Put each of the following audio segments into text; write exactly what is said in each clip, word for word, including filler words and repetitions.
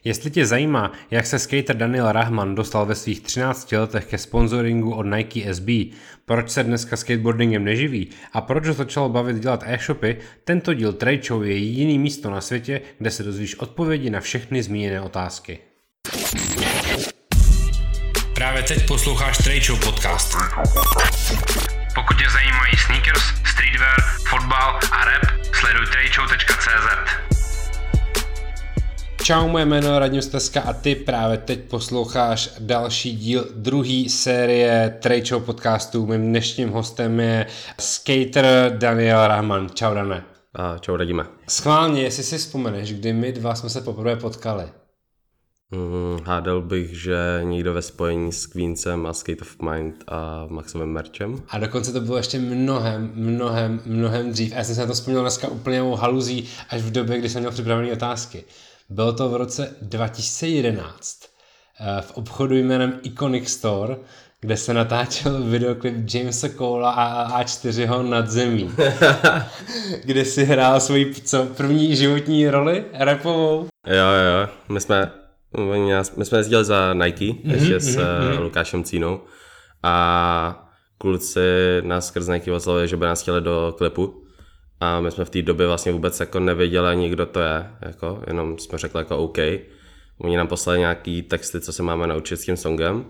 Jestli tě zajímá, jak se skater Daniel Rahman dostal ve svých třinácti letech ke sponzoringu od Nike S B, proč se dneska skateboardingem neživí a proč ho začalo bavit dělat e-shopy, tento díl Trade Show je jediný místo na světě, kde se dozvíš odpovědi na všechny zmíněné otázky. Právě teď posloucháš Trade Show podcast. Pokud tě zajímají sneakers, streetwear, fotbal a rap, sleduj tradeshow tečka cé zet. Čau, moje jméno je Radim Steska a ty právě teď posloucháš další díl druhé série Trade Show podcastů. Mým dnešním hostem je skater Daniel Rahman. Čau, Dane. A čau, Radime. Schválně, jestli si vzpomeneš, kdy my dva jsme se poprvé potkali. Hmm, hádal bych, že někdo ve spojení s Queensem a Skate of Mind a Maxovým merchem. A dokonce to bylo ještě mnohem, mnohem, mnohem dřív. A já jsem se na to vzpomněl dneska úplně haluzí až v době, kdy jsem měl připravené otázky. Bylo to v roce dva tisíce jedenáct v obchodu jménem Iconic Store, kde se natáčel videoklip Jamesa Cola a A čtyři nad zemí, kde si hrál svoji co, první životní roli rapovou. Jo, jo, my jsme, my jsme jezdili za Nike, mm-hmm, ještě s mm-hmm. Lukášem Cínou a kluci nás skrz Nike oslovili, že by nás chtěli do klipu. A my jsme v té době vlastně vůbec jako nevěděli ani, kdo to je, jako, jenom jsme řekli jako OK. Oni nám poslali nějaký texty, co se máme naučit s tím songem.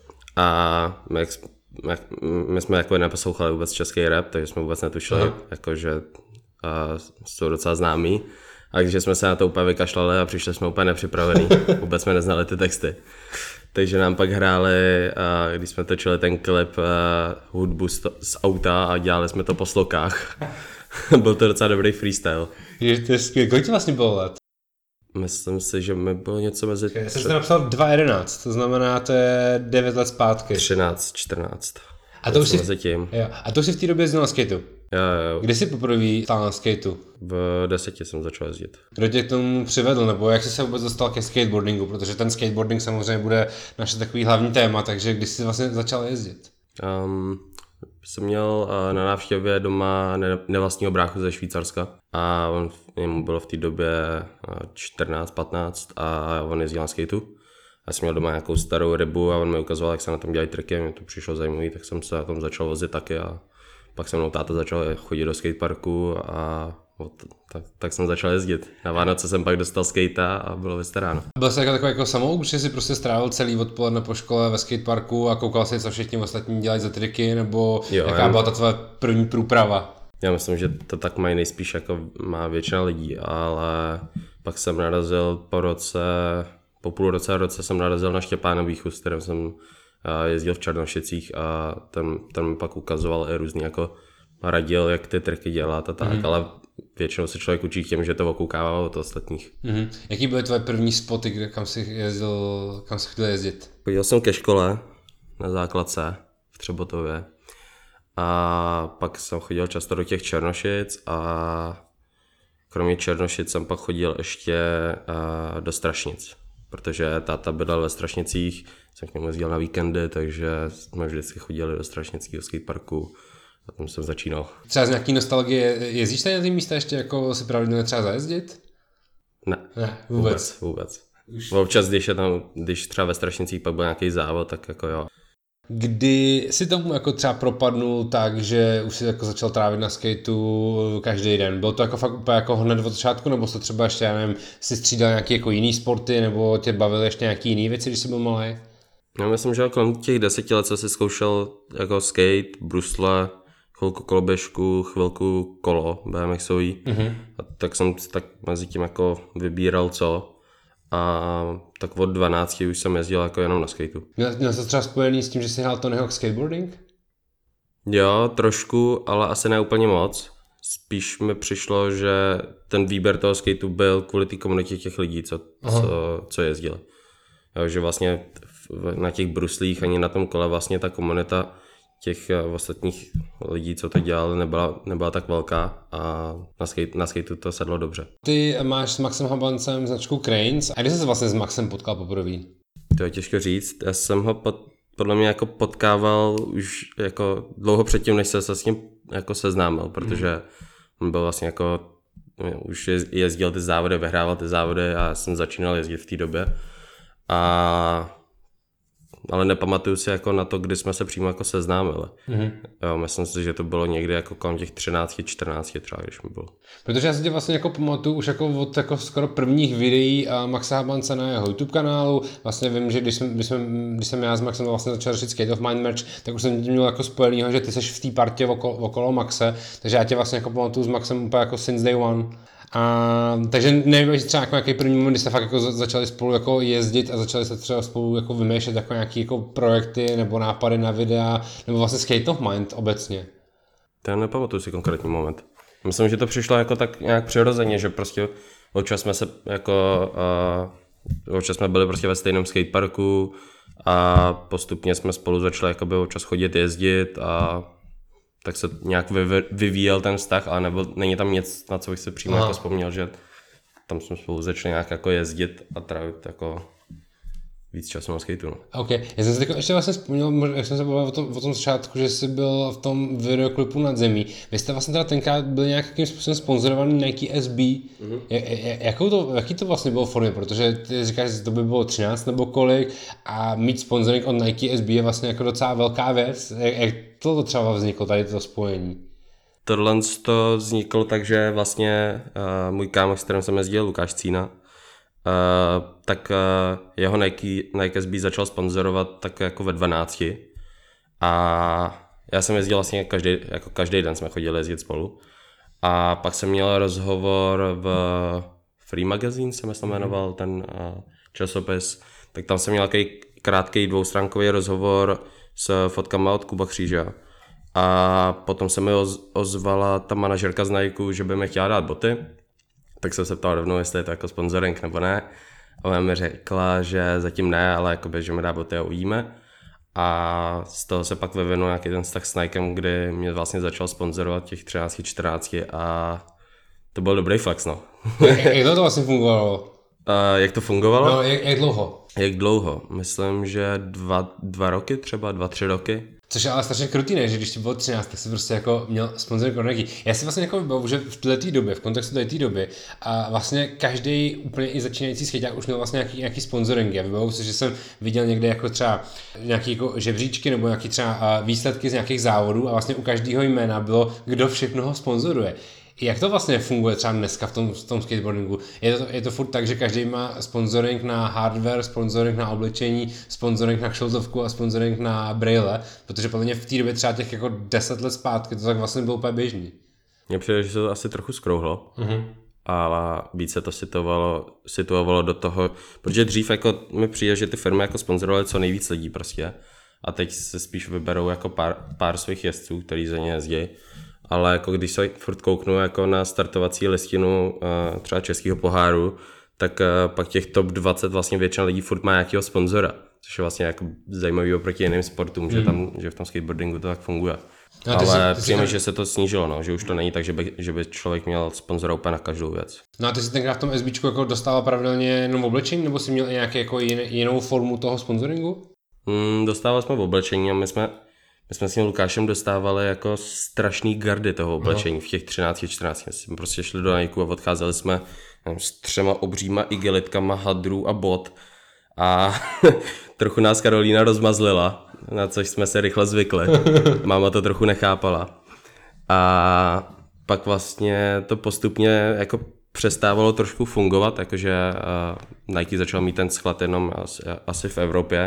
A my, my jsme jako neposlouchali vůbec český rap, takže jsme vůbec netušili, jako, že uh, jsou docela známí. A když jsme se na to úplně vykašlali a přišli jsme úplně nepřipravení, vůbec jsme neznali ty texty. Takže nám pak hráli, uh, když jsme točili ten klip, uh, hudbu z, to, z auta a dělali jsme to po slokách. Byl to docela dobrý freestyle. Je to skvělé. Kolik to vlastně bylo let? Myslím si, že mi bylo něco mezi... Já jsem si napsal dva tisíce jedenáct, to znamená, to je devět let zpátky. třináct, čtrnáct. A to, už si, mezi tím. Jo. A to už si v té době jezdil na skateu? Jo, jo. Kdy jsi poprvé stál na skateu? V deseti jsem začal jezdit. Kdo tě k tomu přivedl, nebo jak jsi se vůbec dostal ke skateboardingu? Protože ten skateboarding samozřejmě bude naše takový hlavní téma, takže kdy jsi vlastně začal jezdit? Um, jsem měl uh, na návštěvě doma ne- nevlastního bráchu ze Švýcarska a on, mu bylo v té době uh, čtrnáct patnáct a on jezdil na skateu. Já jsem měl doma nějakou starou rybu a on mi ukazoval, jak se na tom dělají triky, mě to přišlo zajímavé, tak jsem se na tom začal vozit taky a pak se mnou táta začal chodit do skateparku a tak, tak jsem začal jezdit. Na Vánoce jsem pak dostal skejta a bylo vystaráno. Byl jsi jako takový jako samouk, že jsi prostě strávil celý odpoledne po škole ve skateparku a koukal si, co všichni ostatní dělají za triky, nebo jo, jaká byla ta tvoje první průprava? Já myslím, že to tak mají nejspíš jako má většina lidí, ale pak jsem narazil po roce, po půl roce a roce jsem narazil na Štěpána Víchu, s kterým jsem jezdil v Černošicích a ten, ten mi pak ukazoval i různý jako radil, jak ty triky dělat a tak, mm. ale většinou se člověk učí tím, že to okoukává od ostatních. Mm. Jaký byly tvoje první spoty, kde, kam jsi jezdil, kam jsi chtěl jezdit? Chodil jsem ke škole na základce v Třebotově a pak jsem chodil často do těch Černošic a kromě Černošic jsem pak chodil ještě do Strašnic, protože táta bydlel ve Strašnicích, jsem k němu jezdil na víkendy, takže jsme vždycky chodili do Strašnického skateparku. A tam jsem začínal. Třeba z nějaký nostalgie, jezdíš tady na ty místa ještě jako si pravidelně třeba zajezdit? Ne, ne vůbec. vůbec. vůbec. Už... Občas, když je tam, když třeba ve Strašnicích pak byl nějaký závod, tak jako jo. Kdy si tomu jako třeba propadnul tak, že už si jako začal trávit na skateu každý den? Bylo to jako fakt úplně jako hned od začátku, nebo jsi třeba ještě, já nevím, si střídal nějaký jako jiný sporty, nebo tě bavily ještě nějaký jiný věci, když jsi byl malý? Já myslím, že kolem těch deseti let, co jsi zkoušel jako skate, brusle, chvilku koloběžku, chvilku kolo bé em exový, mm-hmm. a tak jsem tak mezi tím jako vybíral co a tak od dvanácti už jsem jezdil jako jenom na skateu. Měl, měl jsi třeba spojený s tím, že jsi hrál Tonyho skateboarding? Jo, trošku, ale asi ne úplně moc. Spíš mi přišlo, že ten výběr toho skateu byl kvůli té komunitě těch lidí, co, co, co jezdili. Jo, že vlastně na těch bruslích ani na tom kole vlastně ta komunita těch ostatních lidí, co to dělali, nebyla, nebyla tak velká a na, skate, na skateu to sedlo dobře. Ty máš s Maxem Habancem značku Cranes a kdy jsi se vlastně s Maxem potkal poprvé? To je těžko říct, já jsem ho pod, podle mě jako potkával už jako dlouho předtím, než se se s ním jako seznámil, protože on byl vlastně jako už jezdil ty závody, vyhrával ty závody a já jsem začínal jezdit v té době. A ale nepamatuju si jako na to, kdy jsme se přímo jako seznámili. Mm-hmm. Jo, myslím si, že to bylo někdy jako kolem těch třináct čtrnáct třeba, když mi bylo. Protože já si tě vlastně jako pamatuju už jako od jako skoro prvních videí a Maxa Habanca na jeho YouTube kanálu. Vlastně vím, že když, jsme, když, jsme, když jsem já s Maxem vlastně začal řešit Skate of Mind merch, tak už jsem tě měl jako spojenýho, že ty seš v té partě okolo, okolo Maxe, takže já tě vlastně jako pamatuju s Maxem úplně jako since day one. A, takže nevím, třeba jako nějaký první moment, kdy jste fakt jako začali spolu jako jezdit a začali se třeba spolu jako vymýšlet jako nějaký jako projekty nebo nápady na videa, nebo vlastně Skate of Mind obecně. To nepamatuju si konkrétní moment. Myslím, že to přišlo jako tak nějak přirozeně, že prostě občas jsme se jako uh, občas jsme byli prostě ve stejném skateparku a postupně jsme spolu začali jakoby občas chodit, jezdit a tak se nějak vyvíjel ten vztah, ale nebo není tam nic, na co bych si přímo jako vzpomněl, že tam jsme spolu začali nějak jako jezdit a trávit jako víc času na skateu. No. Ok, já jsem si teď ještě vlastně vzpomněl, jak jsem se bavil o tom, o tom začátku, že jsi byl v tom videoklipu Nad zemí. Vy jste vlastně teda tenkrát byl nějakým způsobem sponzorovaný Nike S B. Mm-hmm. Jakou to, jaký to vlastně bylo formě? Protože ty říkáš, že to by bylo třináct nebo kolik a mít sponsoring od Nike S B je vlastně jako docela velká věc. Jak to třeba vzniklo, tady to spojení? Tohle to vzniklo tak, že vlastně uh, můj kámoš, s kterým jsem jezdil, Lukáš Cína, Uh, tak uh, jeho Nike, Nike S B začal sponzorovat tak jako ve dvanácti a já jsem jezdil vlastně každý, jako každý den jsme chodili jezdit spolu a pak jsem měl rozhovor v Free Magazine, se myslím jmenoval ten uh, časopis, tak tam jsem měl takový krátký dvoustránkový rozhovor s fotkama od Kuba Kříže a potom se mi oz, ozvala ta manažerka z Nike, že by mi chtěla dát boty. Tak jsem se ptal rovnou, jestli je to jako sponsoring nebo ne. A ona mi řekla, že zatím ne, ale jakoby, že mi dá boty a uvidíme. A z toho se pak vyvinul nějaký ten vztah s Nikem, kdy mě vlastně začal sponzorovat těch třináct čtrnáct a to byl dobrý flex, no. Jak to vlastně fungovalo? A jak to fungovalo? No, jak, jak dlouho? Jak dlouho? Myslím, že dva, dva roky třeba, dva, tři roky. Což je ale strašně krutý, ne? Že když ti bylo třináct, tak jsi prostě jako měl sponzoring od Nike. Já si vlastně jako vybavu, že v této době, v kontextu té doby, a vlastně každý úplně i začínající skateák už měl vlastně nějaký, nějaký sponsoring. Já vybavu si, že jsem viděl někde jako třeba nějaký jako žebříčky nebo nějaký třeba výsledky z nějakých závodů a vlastně u každého jména bylo, kdo všechno ho sponzoruje. Jak to vlastně funguje třeba dneska v tom, v tom skateboardingu? Je to, je to furt tak, že každý má sponsoring na hardware, sponsoring na oblečení, sponsoring na kšiltovku a sponsoring na braille, protože podle mě v té době třeba těch jako deset let zpátky to tak vlastně bylo úplně běžný. Mně přijde, že se to asi trochu skrouhlo, uh-huh. ale víc se to situovalo, situovalo do toho, protože dřív jako mi přijde, že ty firmy jako sponzorovaly co nejvíc lidí prostě a teď se spíš vyberou jako pár, pár svých jezdců, který za ně jezdí. Ale jako když se furt kouknu jako na startovací listinu uh, třeba českého poháru, tak uh, pak těch top dvacet vlastně většina lidí furt má nějakého sponzora, což je vlastně jako zajímavý oproti jiným sportům, mm. že tam, že v tom skateboardingu to tak funguje. No, ale přijeme, že se to snížilo, no, že už to není tak, že by, že by člověk měl sponzora úplně na každou věc. No a ty jsi tenkrát v tom SBčku jako dostával pravidelně jenom oblečení, nebo jsi měl i nějaký jako jiný, jinou formu toho sponsoringu? Mm, dostávali jsme oblečení a my jsme My jsme s tím Lukášem dostávali jako strašný gardy toho oblečení no. v těch třináct čtrnáct. My jsme prostě šli do Nike a odcházeli jsme nevím, s třema obříma igelitkama hadrů a bot a trochu nás Karolína rozmazlila, na což jsme se rychle zvykli. Máma to trochu nechápala. A pak vlastně to postupně jako přestávalo trošku fungovat, jakože Nike začal mít ten sklad jenom asi, asi v Evropě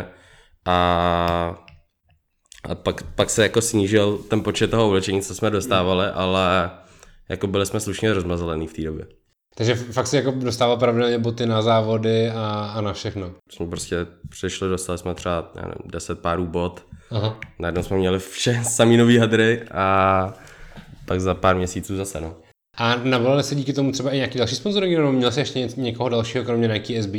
a A pak, pak se jako snížil ten počet toho oblečení, co jsme dostávali, ale jako byli jsme slušně rozmazlený v té době. Takže fakt si jako dostával pravidelně boty na závody a, a na všechno. Jsme prostě přišli, dostali jsme třeba já nevím, deset párů bot. Aha. Najednou jsme měli vše samý nový hadry a pak za pár měsíců zase, no. A navolili se díky tomu třeba i nějaký další sponsoring, nebo měl jsi ještě někoho dalšího, kromě Nike S B?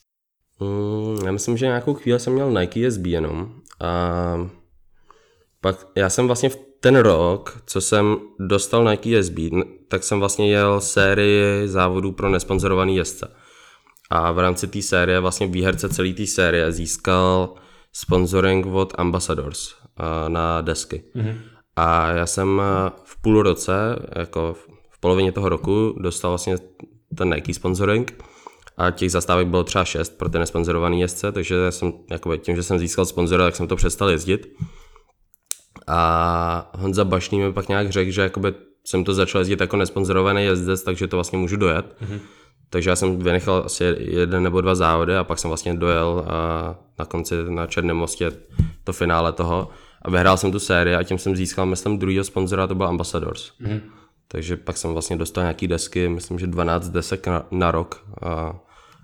Mm, já myslím, že nějakou chvíli jsem měl Nike S B jenom. A pak já jsem vlastně v ten rok, co jsem dostal Nike S B, tak jsem vlastně jel sérii závodů pro nesponzorovaný jezdce. A v rámci té série, vlastně výherce celé té série získal sponsoring od Ambassadors na desky. Mm-hmm. A já jsem v půl roce, jako v polovině toho roku dostal vlastně ten Nike sponsoring a těch zastávek bylo třeba šest pro ty nesponzorovaný jezdce, takže jsem, jakoby, tím, že jsem získal sponzora, tak jsem to přestal jezdit. A Honza Bašný mi pak nějak řekl, že jakoby jsem to začal jezdit jako nesponzorovaný jezdec, takže to vlastně můžu dojet. Mm-hmm. Takže já jsem vynechal asi jeden nebo dva závody a pak jsem vlastně dojel a na konci na Černém mostě to finále toho a vyhrál jsem tu sérii a tím jsem získal, myslím, druhýho sponzora, to byl Ambassadors. Mm-hmm. Takže pak jsem vlastně dostal nějaký desky, myslím, že dvanáct desek na, na rok a,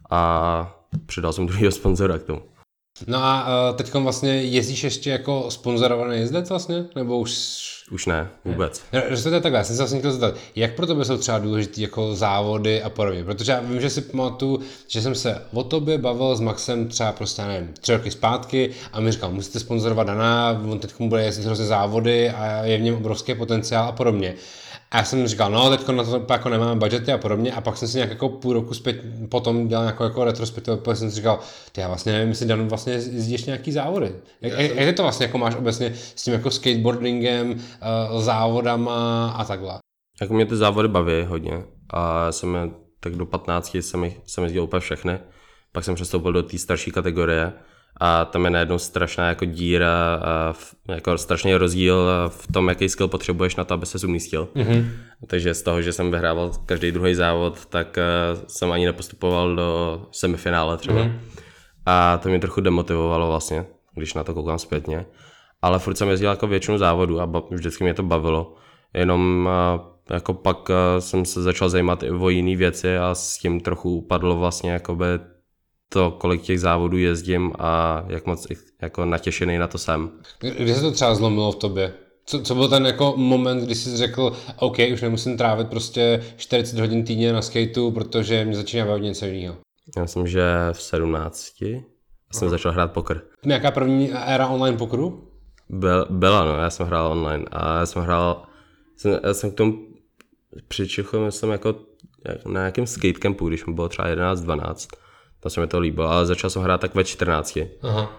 a přidal jsem druhýho sponzora k tomu. No a teď vlastně jezdíš ještě jako sponzorovaný jezdec vlastně? Nebo už... Už ne, vůbec. Respektive takhle, já jsem se vlastně chtěl zeptat, jak pro tebe jsou třeba důležitý jako závody a podobně, protože já vím, že si pamatuju, že jsem se o tobě bavil s Maxem třeba prostě, nevím, tři roky zpátky a mi říkal, musíte sponzorovat Dana, on teď bude jezdit hrozně závody a je v něm obrovský potenciál a podobně. A já jsem říkal, no teď na to jako nemáme budgety a podobně a pak jsem si nějak jako půl roku zpět potom dělal nějakou jako retrospektivu, protože jsem si říkal, ty já vlastně nevím, jestli Danu vlastně jezdíš nějaký závody. Jak, jak, jak to vlastně jako máš obecně s tím jako skateboardingem, uh, závodama a takhle? Jako mě ty závody baví hodně a já jsem je, tak do patnácti jsem, jich, jsem jezdil úplně všechny, pak jsem přestoupil do té starší kategorie a tam je najednou strašná jako díra a v, jako strašný rozdíl v tom, jaký skill potřebuješ na to, aby ses umístil. Mm-hmm. Takže z toho, že jsem vyhrával každý druhý závod, tak uh, jsem ani nepostupoval do semifinále třeba. Mm-hmm. A to mě trochu demotivovalo vlastně, když na to koukám zpětně. Ale furt jsem jezdil jako většinu závodů a ba- vždycky mě to bavilo. Jenom uh, jako pak uh, jsem se začal zajímat i o jiné věci a s tím trochu upadlo vlastně jakoby to, kolik těch závodů jezdím a jak moc jako natěšený na to jsem. Kdy se to třeba zlomilo v tobě? Co, co byl ten jako moment, kdy jsi řekl, OK, už nemusím trávit prostě čtyřicet hodin týdně na skateu, protože mě začíná bavit něco jiného? Já myslím, že v sedmnácti jsem začal hrát poker. Nějaká první éra online pokeru? Byl, byla, no, já jsem hrál online a já jsem hrál, jsem, já jsem k tomu přičichl, myslím, jako na nějakém skatecampu, když mi bylo třeba jedenáct dvanáct. To se mi to líbilo, ale začal jsem hrát tak ve čtrnácti. Aha.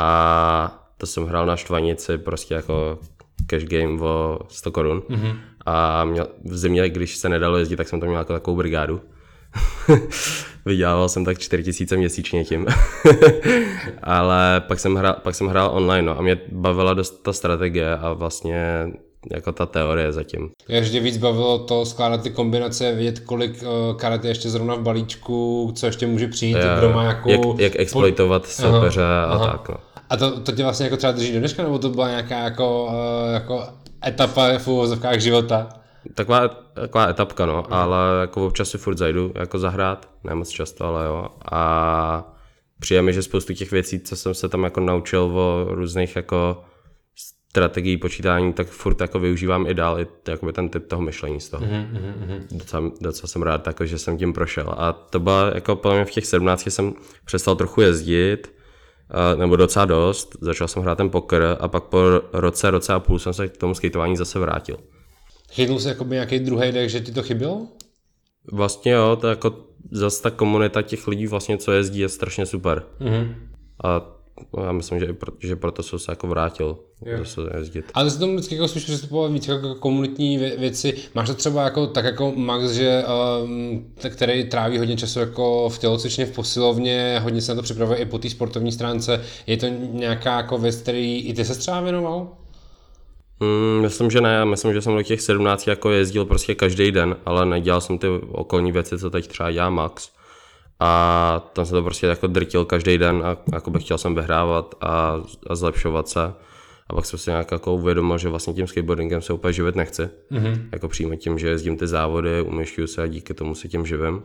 A to jsem hrál na štvanici, prostě jako cash game o sto korun. Mm-hmm. A měl, v zimě, když se nedalo jezdit, tak jsem to měl jako takovou brigádu. Vydělával jsem tak čtyři tisíce měsíčně tím. Ale pak jsem, hrál, pak jsem hrál online, no, a mě bavila dost ta strategie a vlastně jako ta teorie zatím. Mě vždy víc bavilo to skládat ty kombinace, vědět, kolik uh, karet je ještě zrovna v balíčku, co ještě může přijít, je, kdo má jakou... Jak, jak exploitovat soupeře a aha. tak, no. A to, to tě vlastně jako třeba drží do dneška, nebo to byla nějaká jako, uh, jako etapa v uvozovkách života? Taková, taková etapka, no, mm. ale jako občas si furt zajdu jako zahrát, ne moc často, ale jo. A přijde mi, že spoustu těch věcí, co jsem se tam jako naučil o různých jako strategii počítání, tak furt jako využívám i dál i jakoby ten typ toho myšlení z toho. Mm-hmm. Docela, docela jsem rád, tako, že jsem tím prošel. A to bylo jako podle mě v těch sedmnácti jsem přestal trochu jezdit, nebo docela dost, začal jsem hrát ten poker a pak po roce, roce a půl jsem se k tomu skateování zase vrátil. Chytnul jsi jakoby nějaký druhý dech, že ti to chybělo? Vlastně jo, to jako zase ta komunita těch lidí vlastně, co jezdí, je strašně super. Mm-hmm. A já myslím, že, i proto, že proto jsem se jako vrátil zase jezdit. Ale jsi tomu vždycky jako spíš přistupovat víc jako komunitní věci. Máš to třeba jako, tak jako Max, že, um, který tráví hodně času jako v tělocvičně, v posilovně, hodně se na to připravuje i po té sportovní stránce. Je to nějaká jako věc, který i ty se třeba věnoval? Mm, myslím, že ne. Myslím, že jsem do těch sedmnácti jako jezdil prostě každý den, ale nedělal jsem ty okolní věci, co teď třeba dělá Max. A tam jsem to prostě jako drtil každý den a jako bych chtěl jsem vyhrávat a, a zlepšovat se. A pak jsem si nějak jako uvědomil, že vlastně tím skateboardingem se úplně živit nechci. Mm-hmm. Jako přímo tím, že jezdím ty závody, umišťuju se a díky tomu se tím živím.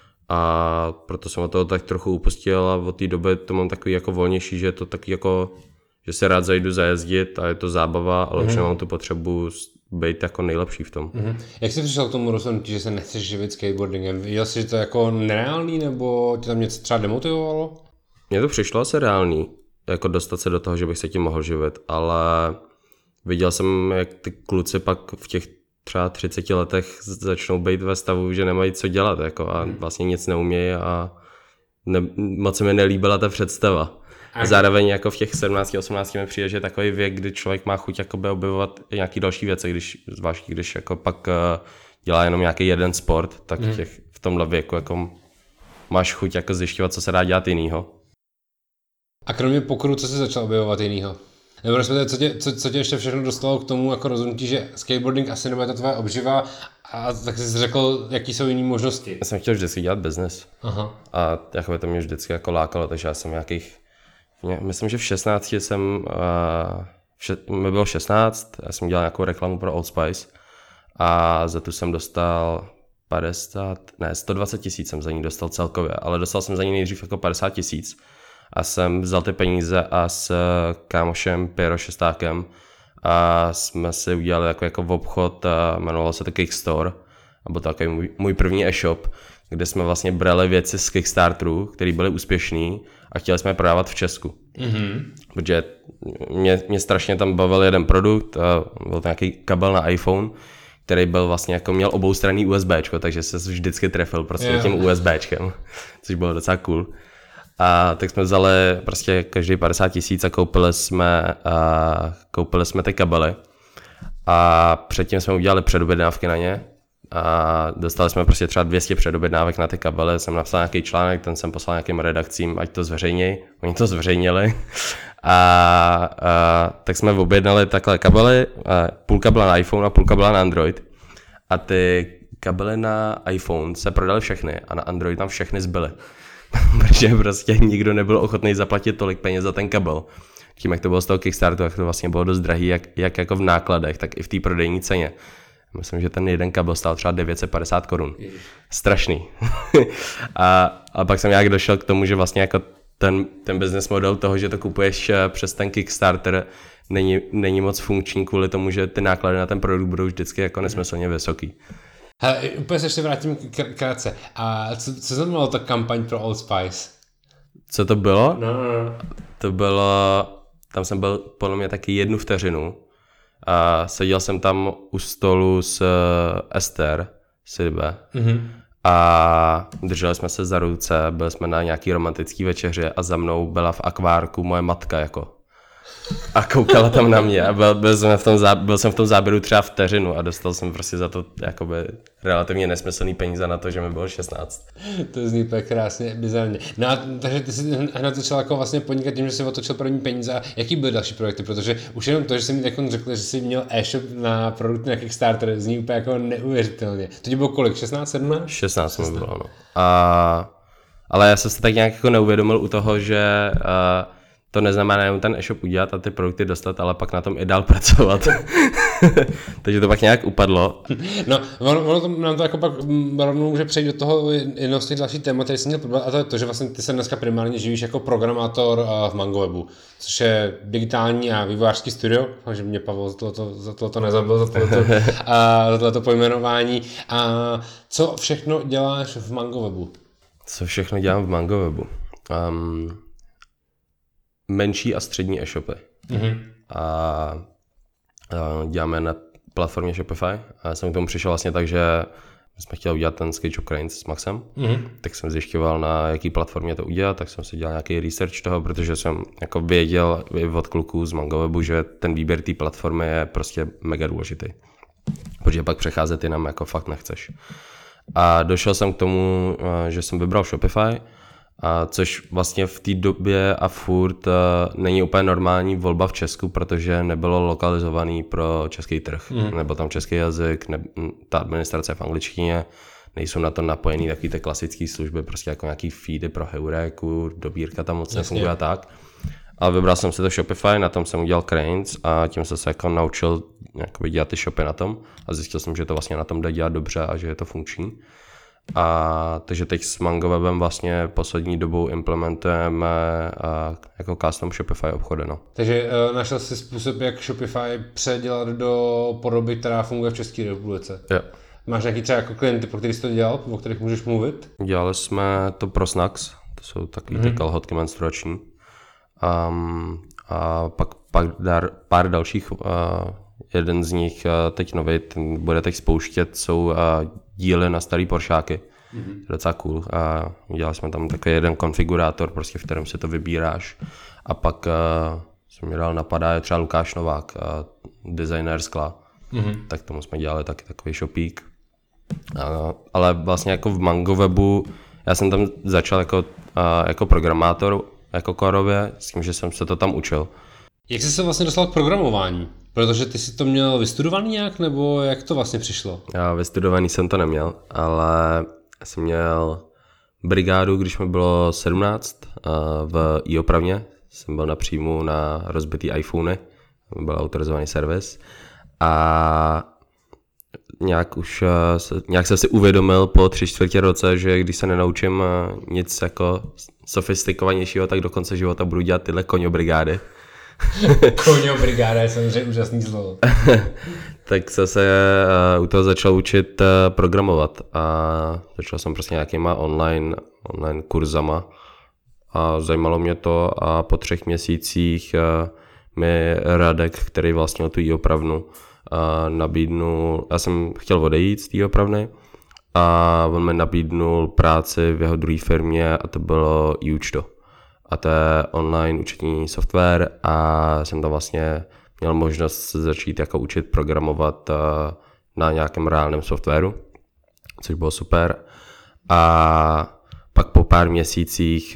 A proto jsem od toho tak trochu upustil a od té doby to mám takový jako volnější, že je to taky jako, že se rád zajdu zajezdit a je to zábava, ale mm-hmm. už nemám tu potřebu být jako nejlepší v tom. Mm-hmm. Jak jsi přišel k tomu rozhodnutí, že se nechceš živit skateboardingem? Viděl jsi, že to je jako nereálný, nebo tě tam něco třeba demotivovalo? Mně to přišlo asi reálný, jako dostat se do toho, že bych se tím mohl živit, ale viděl jsem, jak ty kluci pak v těch třeba třiceti letech začnou být ve stavu, že nemají co dělat jako a vlastně nic neumějí a ne, moc se mi nelíbila ta představa. A zároveň jako v těch sedmnácti osmnácti mi přijde, že je takový věk, kdy člověk má chuť jakoby objevovat nějaký další věci, když, zvlášť když jako pak uh, dělá jenom nějaký jeden sport, tak mm. těch v tomhle věku jako máš chuť jako zjišťovat, co se dá dělat jinýho. A kromě pokeru, co jsi začal objevovat jinýho? Nebo respektive, co tě, co, co tě ještě všechno dostalo k tomu jako rozhodnutí, že skateboarding asi nebude to tvoje obživa, a tak jsi řekl, jaký jsou jiné možnosti? Já jsem chtěl vždycky dělat business. Aha. A jakoby to mě vždycky jako lákalo, takže já jsem nějakých, myslím, že v šestnácti jsem, uh, vše, mi bylo šestnáct, já jsem dělal nějakou reklamu pro Old Spice a za tu jsem dostal padesát, ne, sto dvacet tisíc jsem za ní dostal celkově, ale dostal jsem za ní nejdřív jako padesát tisíc a jsem vzal ty peníze a s kámošem Piero Šestákem a jsme si udělali jako, jako v obchod, a jmenovalo se to Kickstore a byl to takový můj, můj první e-shop, kde jsme vlastně brali věci z Kickstarteru, které byly úspěšný a chtěli jsme je prodávat v Česku. Mm-hmm. Protože mě, mě strašně tam bavil jeden produkt, a byl to nějaký kabel na iPhone, který byl vlastně jako měl oboustranný USBčko, takže se vždycky trefil prostě yeah. tím USBčkem, což bylo docela cool. A tak jsme vzali prostě každý padesát tisíc a koupili jsme, a koupili jsme ty kabely. A předtím jsme udělali předobjednávky na ně. A dostali jsme prostě třeba dvě stě předobjednávek na ty kabely. Jsem napsal nějaký článek, ten jsem poslal nějakým redakcím, ať to zveřejněj. Oni to zveřejnili. A, a tak jsme objednali takhle kabely. Půlka byla na iPhone a půlka byla na Android. A ty kabely na iPhone se prodaly všechny a na Android tam všechny zbyly. Protože prostě nikdo nebyl ochotný zaplatit tolik peněz za ten kabel. Tím, jak to bylo z toho Kickstarteru, jak to vlastně bylo dost drahý, jak, jak jako v nákladech, tak i v té prodejní ceně. Myslím, že ten jeden kabel stál třeba devět set padesát korun. Strašný. a, a pak jsem nějak došel k tomu, že vlastně jako ten, ten business model toho, že to kupuješ přes ten Kickstarter, není, není moc funkční kvůli tomu, že ty náklady na ten produkt budou vždycky jako nesmyslně vysoký. Hele, úplně se ještě vrátím krátce. A co, co znamenalo ta kampaň pro Old Spice? Co to bylo? No, no, no. To bylo, tam jsem byl podle mě taky jednu vteřinu a seděl jsem tam u stolu s Ester, Silbe, mm-hmm. a drželi jsme se za ruce, byli jsme na nějaký romantický večeři a za mnou byla v akvárku moje matka jako. A koukala tam na mě a byl, byl, jsem v tom zá, byl jsem v tom záběru třeba vteřinu a dostal jsem prostě za to jakoby relativně nesmyslný peníze na to, že mi bylo šestnáct. To zní tak krásně bizarně. No a takže ty jsi hned začal jako vlastně podnikat tím, že jsi otočil první peníze. A jaký byly další projekty? Protože už jenom to, že jsi mi tak řekl, že jsi měl e-shop na produkty na Kickstarter, zní úplně jako neuvěřitelně. To ti bylo kolik? šestnáct, sedmnáct? šestnáct mi bylo, no. A, ale já jsem se tak nějak jako neuvědomil u toho, že uh, to neznamená jenom ten e-shop udělat a ty produkty dostat, ale pak na tom i dál pracovat. Takže to pak nějak upadlo. No, ono, ono to, nám to jako pak rovnou může přejít do toho jednoho z těch dalších témat, který jsem měl probrat, a to je to, že vlastně ty se dneska primárně živíš jako programátor v MangoWebu, což je digitální a vývojářský studio, takže mě Pavel za tohleto, za tohleto nezabil, za tohleto, a, za tohleto pojmenování. A co všechno děláš v MangoWebu? Co všechno dělám v MangoWebu? Um, menší a střední e-shopy. Mm-hmm. A, a děláme na platformě Shopify. A já jsem k tomu přišel vlastně tak, že jsme chtěli udělat ten Sketch of Cranes s Maxem. Mm-hmm. Tak jsem zjišťoval, na jaký platformě to udělat, tak jsem si dělal nějaký research toho, protože jsem jako věděl od kluků z MangoWebu, že ten výběr té platformy je prostě mega důležitý. Protože pak přecházet jinam jako fakt nechceš. A došel jsem k tomu, že jsem vybral Shopify, a což vlastně v té době a furt uh, není úplně normální volba v Česku, protože nebylo lokalizovaný pro český trh. Mm. Nebo tam český jazyk, ne, ta administrace v angličtině, nejsou na to napojený takový ty klasické služby, prostě jako nějaký feedy pro Heuréku, dobírka tam moc nefunguje tak. Ale vybral jsem si to Shopify, na tom jsem udělal Cranes a tím jsem se jako naučil jakoby dělat ty shopy na tom a zjistil jsem, že to vlastně na tom jde dělat dobře a že je to funkční. A takže teď s MangoWebem vlastně poslední dobou implementujeme a, jako custom Shopify obchody. No. Takže uh, našel jsi způsob, jak Shopify předělat do podoby, která funguje v České republice. Jo. Máš nějaký třeba jako klienty, pro který jsi to dělal, o kterých můžeš mluvit? Dělali jsme to pro Snacks, to jsou takový mm-hmm. ty kalhotky menstruační. Um, a pak, pak dar, pár dalších, uh, jeden z nich uh, teď nový, ten bude teď spouštět, jsou uh, díly na starý Poršáky. Mm-hmm. Docela cool. A udělali jsme tam takový jeden konfigurátor, prostě v kterém si to vybíráš. A pak uh, jsem mi dal napadá, je třeba Lukáš Novák, uh, designér skla. Mm-hmm. Tak tomu jsme dělali taky takový shopík. Ano, ale vlastně jako v MangoWebu, já jsem tam začal jako, uh, jako programátor, jako korově, s tím, že jsem se to tam učil. Jak jsi se vlastně dostal k programování? Protože ty jsi to měl vystudovaný nějak, nebo jak to vlastně přišlo? Já vystudovaný jsem to neměl, ale jsem měl brigádu, když mi bylo sedmnáct, uh, v i-opravně. Jsem byl na příjmu na rozbitý iPhony, byl autorizovaný servis a nějak už nějak jsem si uvědomil po tři čtvrtě roce, že když se nenaučím nic jako sofistikovanějšího, tak do konce života budu dělat tyhle koňobrigády. Koňobrigáda je samozřejmě úžasný slovo. Tak jsem se u toho začal učit programovat a začal jsem prostě nějakýma online, online kurzama a zajímalo mě to a po třech měsících mi Radek, který vlastnil tu i-opravnu, a nabídnul, já jsem chtěl odejít z té opravny a on mi nabídnul práci v jeho druhé firmě a to bylo iUčto. A to je online účetní software a jsem tam vlastně měl možnost začít jako učit programovat na nějakém reálném softwaru, což bylo super. A pak po pár měsících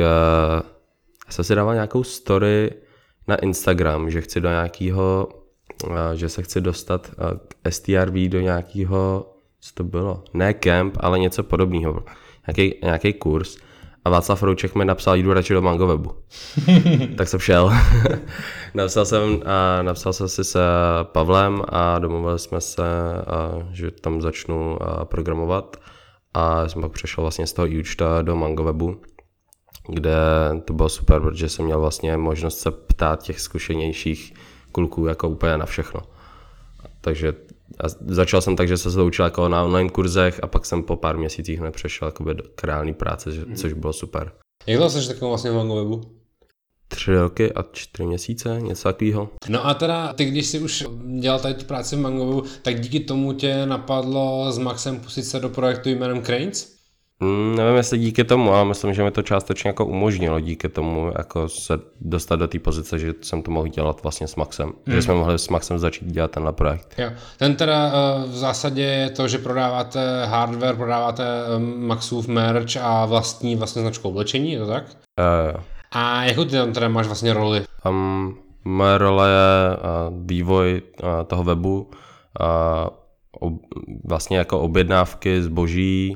jsem si dával nějakou story na Instagram, že chci do nějakého že se chci dostat k S T R V do nějakého, co to bylo, ne camp, ale něco podobného, nějaký, nějaký kurz. A Václav Rouček mi napsal, jdu radši do MangoWebu. Tak jsem šel. napsal, jsem, a napsal jsem si se Pavlem a domluvili jsme se, a, že tam začnu a, programovat. A jsem pak přešel vlastně z toho iUčta do MangoWebu, kde to bylo super, protože jsem měl vlastně možnost se ptát těch zkušenějších kluků jako úplně na všechno. Takže začal jsem tak, že jsem se to učil jako na online kurzech a pak jsem po pár měsících nepřešel k reální práci, což bylo super. Jak dlouho jsi takovou vlastně v MangoWebu? Tři roky a čtyři měsíce, něco takového. No a teda ty, když jsi už dělal tady tu práci v MangoWebu, tak díky tomu tě napadlo s Maxem pustit se do projektu jménem Cranes? Hmm, nevím, jestli díky tomu, ale myslím, že mi to částečně jako umožnilo díky tomu jako se dostat do té pozice, že jsem to mohl dělat vlastně s Maxem. Hmm. Že jsme mohli s Maxem začít dělat tenhle projekt. Jo. Ten teda v zásadě je to, že prodáváte hardware, prodáváte Maxův merch a vlastní vlastně značku oblečení, je to tak? Uh, a jakou ty tam teda máš vlastně roli? Um, moje role je uh, vývoj uh, toho webu, uh, ob, vlastně jako objednávky zboží,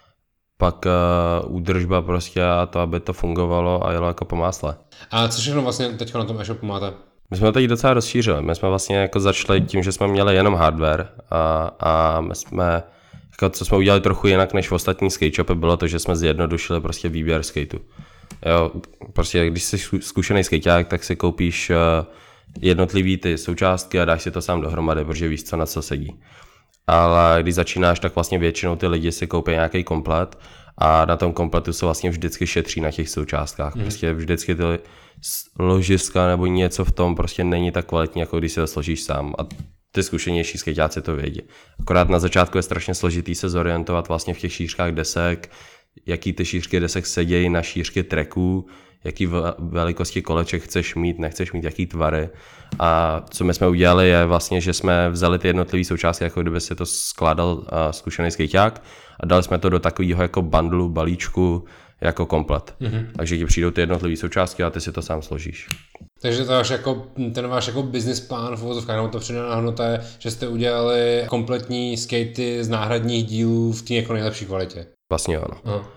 pak uh, údržba prostě a to, aby to fungovalo a jelo jako po másle. A co všechno vlastně teď na tom e-shopu máte? My jsme to teď docela rozšířili. My jsme vlastně jako začali tím, že jsme měli jenom hardware a, a my jsme, jako co jsme udělali trochu jinak než v ostatní skate shopy, bylo to, že jsme zjednodušili prostě výběr skateu. Jo, prostě když jsi zkušený skateák, tak si koupíš uh, jednotlivý ty součástky a dáš si to sám dohromady, protože víš, co na co sedí. Ale když začínáš, tak vlastně většinou ty lidi si koupí nějaký komplet a na tom kompletu se vlastně vždycky šetří na těch součástkách. Mm. Prostě vždycky ty ložiska nebo něco v tom prostě není tak kvalitní, jako když si to složíš sám. A ty zkušenější skaťáci to vědí. Akorát na začátku je strašně složitý se zorientovat vlastně v těch šířkách desek, jaký ty šířky desek sedějí na šířky tracků, jaký velikosti koleček chceš mít, nechceš mít, jaký tvary. A co my jsme udělali je vlastně, že jsme vzali ty jednotlivé součástky, jako kdyby si to skládal uh, zkušený skejťák a dali jsme to do takového jako bundlu, balíčku, jako komplet. Mm-hmm. Takže ti přijdou ty jednotlivé součástky a ty si to sám složíš. Takže to váš jako, ten váš jako business plán v uvozovkách, nebo to přidaná hodnota je, že jste udělali kompletní skatey z náhradních dílů v té jako nejlepší kvalitě. Vlastně jo, no. Uh-huh.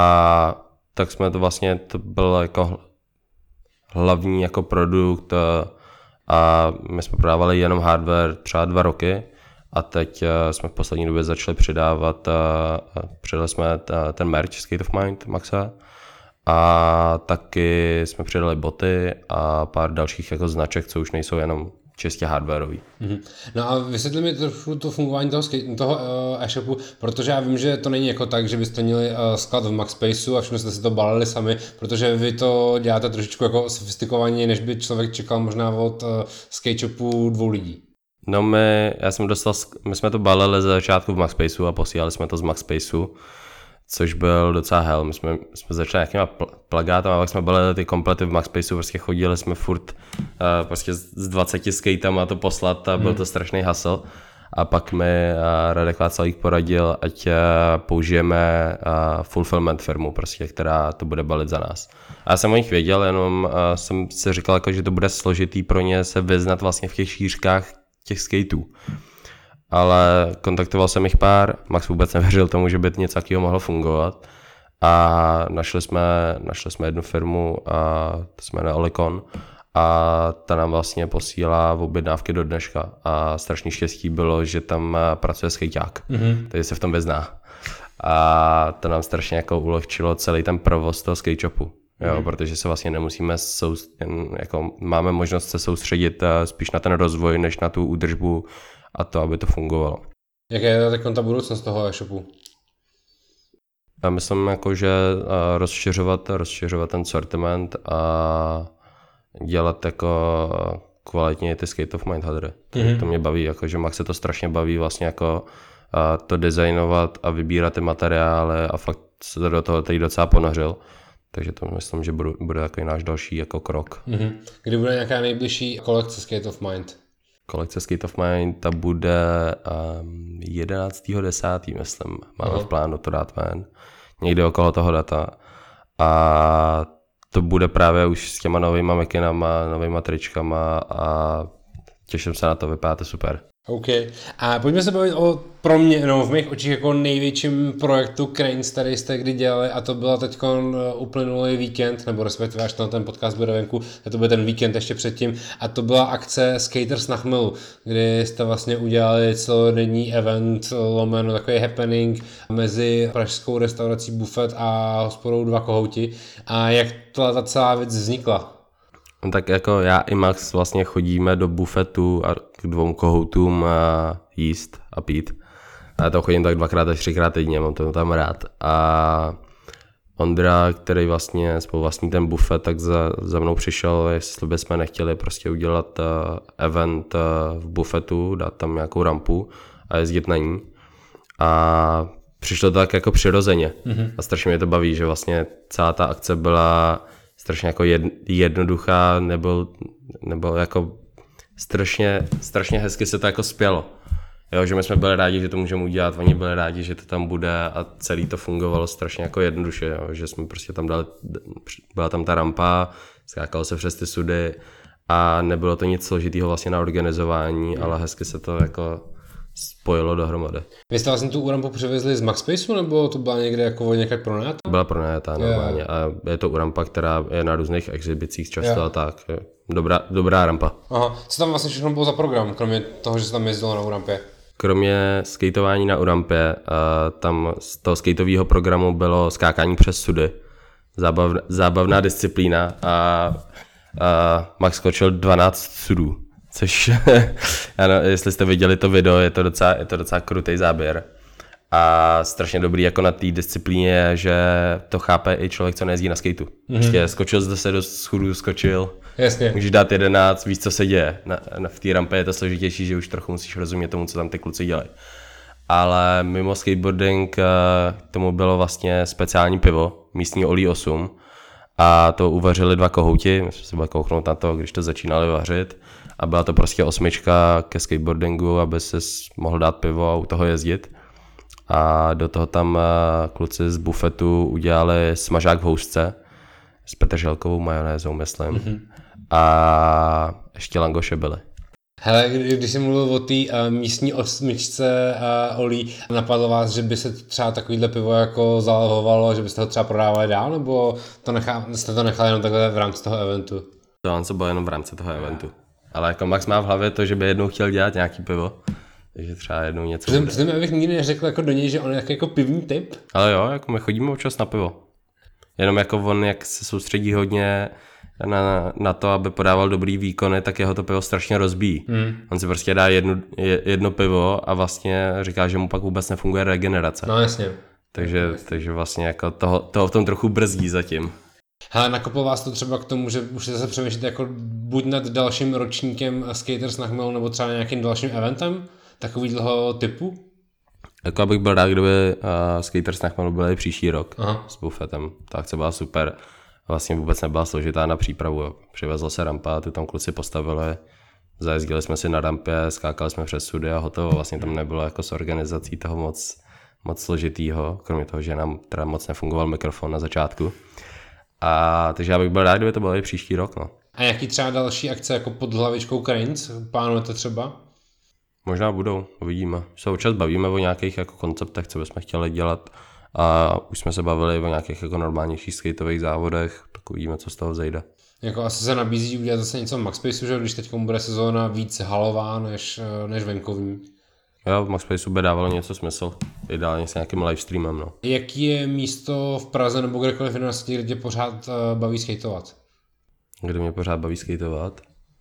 A tak jsme to vlastně, to byl jako hlavní jako produkt a my jsme prodávali jenom hardware třeba dva roky a teď jsme v poslední době začali přidávat, přidali jsme ten merch Skate of Mind Maxa a taky jsme přidali boty a pár dalších jako značek, co už nejsou jenom čistě hardwareový. Mm-hmm. No a vysvětli mi trochu to fungování toho, toho uh, e-shopu, protože já vím, že to není jako tak, že byste měli uh, sklad v Maxspaceu a všechno jste si to balili sami, protože vy to děláte trošičku jako sofistikovaně, než by člověk čekal možná od uh, skate shopu dvou lidí. No my, já jsem dostal, my jsme to balili ze začátku v Maxspaceu a posílali jsme to z Maxspaceu, což byl docela hell. My jsme, jsme začali nějakýma pl- plagátama a pak jsme balili ty komplety v Maxspaceu, prostě chodili jsme furt uh, prostě s dvaceti skatama to poslat a byl to strašný hustle. a pak mi uh, Radek Václavík poradil, ať uh, použijeme uh, fulfillment firmu, prostě, která to bude balit za nás. A já jsem o nich věděl, jenom uh, jsem si říkal, jako, že to bude složitý pro ně se vyznat vlastně v těch šířkách těch skateů. Ale kontaktoval jsem jich pár, Max vůbec nevěřil tomu, že by něco takového mohlo fungovat. A našli jsme, našli jsme jednu firmu, a to jsme jmenuje Olicon, a ta nám vlastně posílá v objednávky do dneška. A strašný štěstí bylo, že tam pracuje skejťák, mm-hmm. takže se v tom vyzná. A to nám strašně jako ulehčilo celý ten provoz toho skate shopu. Jo, mm. protože se vlastně nemusíme soust... jako máme možnost se soustředit spíš na ten rozvoj, než na tu údržbu a to, aby to fungovalo. Jaká je teď ta budoucnost toho e-shopu? Já myslím, jako, že rozšiřovat, rozšiřovat ten sortiment a dělat jako kvalitně ty Skate of Mind hadry. Mm. To mě baví, jako, že Max se to strašně baví vlastně jako to designovat a vybírat ty materiály a fakt se do toho teď docela ponořil. Takže to myslím, že bude, bude takový náš další jako krok. Mm-hmm. Kdy bude nějaká nejbližší kolekce Skate of Mind? Kolekce Skate of Mind, ta bude um, jedenáctého desátého myslím. Máme uh-huh. v plánu to dát ven. Někdy okolo toho data. A to bude právě už s těma novýma mekinama, novýma tričkama a těším se na to, vypadá to super. OK. A pojďme se bavit o, pro mě, no v mých očích jako největším projektu Cranes, který jste kdy dělali, a to byla teď uplynulý víkend, nebo respektive až na ten podcast bude venku, to byl ten víkend ještě předtím, a to byla akce Skaters na chmelu, kdy jste vlastně udělali celodenní event, lomeno takový happening mezi pražskou restaurací Buffet a hospodou Dva kohouti. A jak ta celá věc vznikla? No tak jako já i Max vlastně chodíme do bufetu a k dvou kohoutům a jíst a pít. A já to chodím tak dvakrát až třikrát týdně, mám to tam rád. A Ondra, který vlastně spoluvlastní ten bufet, tak za, za mnou přišel, jestli bychom nechtěli prostě udělat uh, event uh, v bufetu, dát tam nějakou rampu a jezdit na ní. A přišlo to tak jako přirozeně. Mm-hmm. A strašně mě to baví, že vlastně celá ta akce byla strašně jako jednoduchá, nebo, nebo jako strašně, strašně hezky se to jako spělo. Jo, že my jsme byli rádi, že to můžeme udělat, oni byli rádi, že to tam bude a celý to fungovalo strašně jako jednoduše, jo, že jsme prostě tam dali, byla tam ta rampa, skákalo se přes ty sudy a nebylo to nic složitýho vlastně na organizování, mm. ale hezky se to jako spojilo dohromady. Vy jste vlastně tu rampu přivezli z Maxspaceu, nebo to byla někde jako někde pronajatá? Byla pronajatá normálně a je to rampa, která je na různých exhibicích často a tak. Dobrá, dobrá rampa. Aha. Co tam vlastně všechno bylo za program, kromě toho, že se tam jezdilo na Urampě? Kromě skateování na Urampě, tam z toho skateového programu bylo skákání přes sudy. Zábavná, zábavná disciplína a, a Max skočil dvanáct sudů. Což, ano, jestli jste viděli to video, je to docela, je to docela krutý záběr. A strašně dobrý jako na té disciplíně je, že to chápe i člověk, co nejezdí na skateu. Mm-hmm. Prostě skočil zase do schodů, skočil. Jasně. Můžeš dát jedenáct, víš, co se děje. Na, na, v té rampě je to složitější, že už trochu musíš rozumět tomu, co tam ty kluci dělají. Ale mimo skateboarding k tomu bylo vlastně speciální pivo, místní Olí osm. A to uvařili Dva kohouti, my jsme se byli kouknout na to, když to začínali vařit. A byla to prostě osmička ke skateboardingu, aby se mohl dát pivo a u toho jezdit. A do toho tam kluci z bufetu udělali smažák v housce s petrželkovou majonézou, myslím. Mm-hmm. A ještě langoše byly. Hele, když jsi mluvil o té uh, místní osmičce uh, Olí, napadlo vás, že by se třeba takovýhle pivo jako zalevovalo, že byste ho třeba prodávali dál, nebo to nechá, jste to nechali jenom takhle v rámci toho eventu? To on se bylo jenom v rámci toho eventu. Ale jako Max má v hlavě to, že by jednou chtěl dělat nějaký pivo. Takže třeba jednou něco bude. Přitom abych nikdy neřekl jako do něj, že on je takový jako pivní typ. Ale jo, jako my chodíme občas na pivo. Jenom jako on, jak se soustředí hodně na, na to, aby podával dobrý výkony, tak jeho to pivo strašně rozbíjí. Hmm. On si prostě dá jednu, jedno pivo a vlastně říká, že mu pak vůbec nefunguje regenerace. No jasně. Takže, jasně. takže vlastně jako toho, toho v tom trochu brzdí zatím. Hele, nakoplo vás to třeba k tomu, že už se přemýšlíte jako buď nad dalším ročníkem Skaters na chmelu, nebo třeba nějakým dalším eventem takovýhleho typu? Jako abych byl rád, kdyby uh, Skaters na chmelu byli příští rok. Aha. S bufetem. Ta akce byla super. Vlastně vůbec nebyla složitá na přípravu. Přivezla se rampa, ty tam kluci postavili. Zajezdili jsme si na rampě, skákali jsme přes sudy a hotovo. Vlastně tam nebylo jako s organizací toho moc, moc složitýho, kromě toho, že nám teda moc nefungoval mikrofon na začátku. A takže já bych byl rád, kdyby to bylo i příští rok. No. A jaký třeba další akce jako pod hlavičkou Cranes? Plánujete třeba? Možná budou, uvidíme. Se občas bavíme o nějakých jako konceptech, co bychom chtěli dělat. A už jsme se bavili o nějakých jako normálnějších skateových závodech, tak uvidíme, co z toho vzejde. Jako asi se nabízí udělat zase něco v Maxspaceu, že když teď bude sezóna víc halová než, než venkovní. Jo, v Maxspaceu by dávalo něco smysl, ideálně s nějakým livestreamem. No. Jaký je místo v Praze nebo kdekoliv v kde tě pořád baví skateovat? Kde mě pořád baví skateovat?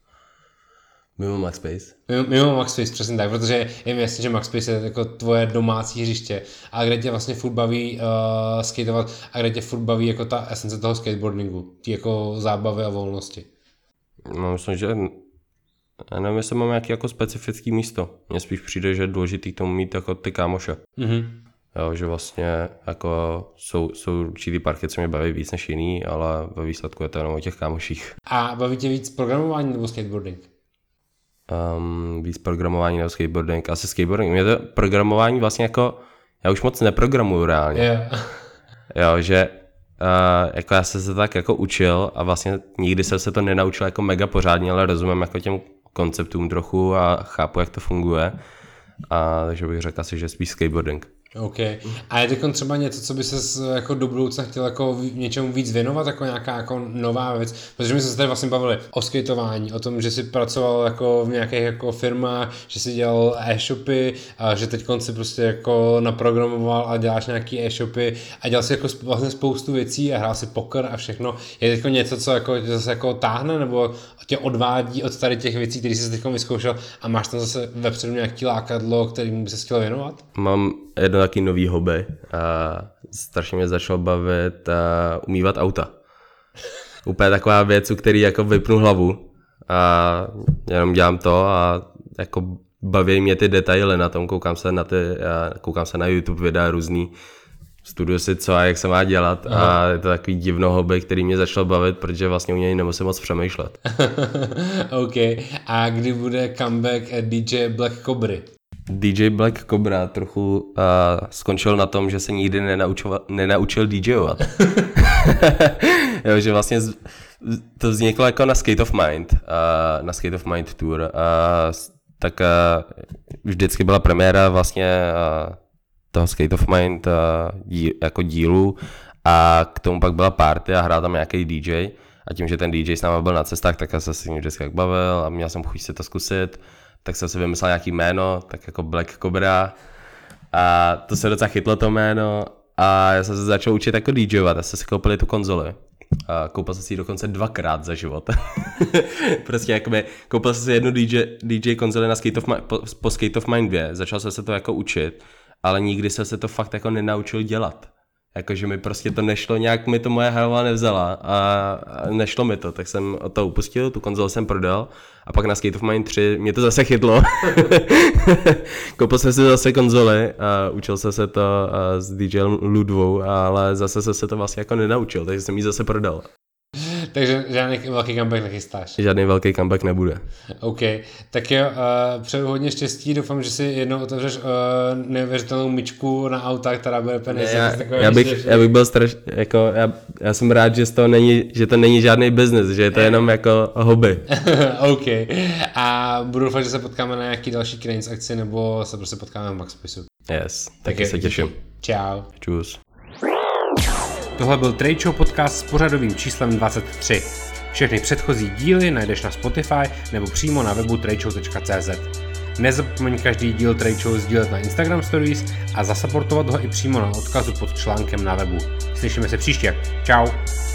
Mimo Maxspace. Mimo, mimo Maxspace, přesně tak, protože je mi jasný, že Maxspace je jako tvoje domácí hřiště. A kde tě vlastně furt baví uh, skateovat a kde tě furt baví jako ta esence toho skateboardingu, ty jako zábavy a volnosti. No, myslím, že já nevím, jestli mám nějaký jako specifický místo. Mně spíš přijde, že je důležitý tomu mít jako ty kámoše. Mm-hmm. Jo, že vlastně jako jsou, jsou určitý parky, co mě baví víc než jiný, ale ve výsledku je to jenom o těch kámoších. A baví tě víc programování nebo skateboarding? Um, víc programování nebo skateboarding. Asi skateboarding. Mě to programování vlastně jako, já už moc neprogramuju reálně. Yeah. Jo, že uh, jako já jsem se tak jako učil a vlastně nikdy jsem se to nenaučil jako mega pořádně, ale rozumím jako těm konceptům trochu a chápu, jak to funguje. A takže bych řekl asi, že spíš skateboarding. OK. A je teď třeba něco, co by ses jako do budoucna chtěl jako něčemu víc věnovat, jako nějaká jako nová věc? Protože my jsme se tady vlastně bavili o skateování, o tom, že jsi pracoval jako v nějakých jako firmách, že jsi dělal e-shopy a že teď si prostě jako naprogramoval a děláš nějaký e-shopy a dělal si jako vlastně spoustu věcí a hrál si poker a všechno. Je teď něco, co jako zase jako táhne nebo tě odvádí od tady těch věcí, které jsi teď vyzkoušel a máš tam zase vepředu nějaký lákadlo, kterým by se chtěl věnovat? Mám jedno taky nový hobby a strašně mě začalo bavit a umývat auta. Úplně taková věc, u který jako vypnu hlavu a jenom dělám to a jako baví mě ty detaily na tom, koukám se na ty, koukám se na YouTube videa různý, studuju si co a jak se má dělat. Aha. A je to takový divno hobby, který mě začalo bavit, protože vlastně u něj nemusím moc přemýšlet. OK. A kdy bude comeback D J Black Cobry? D J Black Cobra trochu uh, skončil na tom, že se nikdy nenaučil, nenaučil DJovat. Jo, že vlastně z, to vzniklo jako na Skate of Mind, uh, na Skate of Mind Tour. Uh, tak uh, vždycky byla premiéra vlastně uh, toho Skate of Mind uh, díl, jako dílu a k tomu pak byla party a hrál tam nějaký D J a tím, že ten D J s náma byl na cestách, tak já se s ním vždycky jak bavil a měl jsem chuť si to zkusit. Tak jsem si vymyslel nějaký jméno, tak jako Black Cobra a to se docela chytlo to jméno a já jsem se začal učit jako DJovat, já jsem si koupil tu konzoli a koupil jsem si ji dokonce dvakrát za život. Prostě jakoby koupil jsem si jednu D J, D J konzoli na Skate of Mind, po, po Skate of Mind dva, začal jsem se to jako učit, ale nikdy jsem se to fakt jako nenaučil dělat. Jakože mi prostě to nešlo, nějak mi to moje hlava nevzala a nešlo mi to, tak jsem od toho upustil, tu konzoli jsem prodal a pak na Skate of Mind tři mě to zase chytlo. Koupil jsem si zase konzoli a učil jsem se to s D J Ludvou, ale zase jsem se to vlastně jako nenaučil, takže jsem ji zase prodal. Takže žádný velký comeback nechystáš? Žádný velký comeback nebude. OK, tak jo, uh, přeju hodně štěstí, doufám, že si jednou otevřeš uh, neuvěřitelnou myčku na auta, která bude peněz. Já, já, bych, já bych byl strašně, jako, já, já jsem rád, že to není, že to není žádný business, že je to jenom jako hobby. OK, a budu doufat, že se potkáme na nějaký další Cranes akci, nebo se prostě potkáme v Maxspaceu. Yes, taky tak se těším. Čau. Čus. Tohle byl Trade Show podcast s pořadovým číslem dvacet tři. Všechny předchozí díly najdeš na Spotify nebo přímo na webu tradeshow tečka cé zet. Nezapomeň každý díl Trade Show sdílet na Instagram Stories a zasupportovat ho i přímo na odkazu pod článkem na webu. Slyšíme se příště. Čau.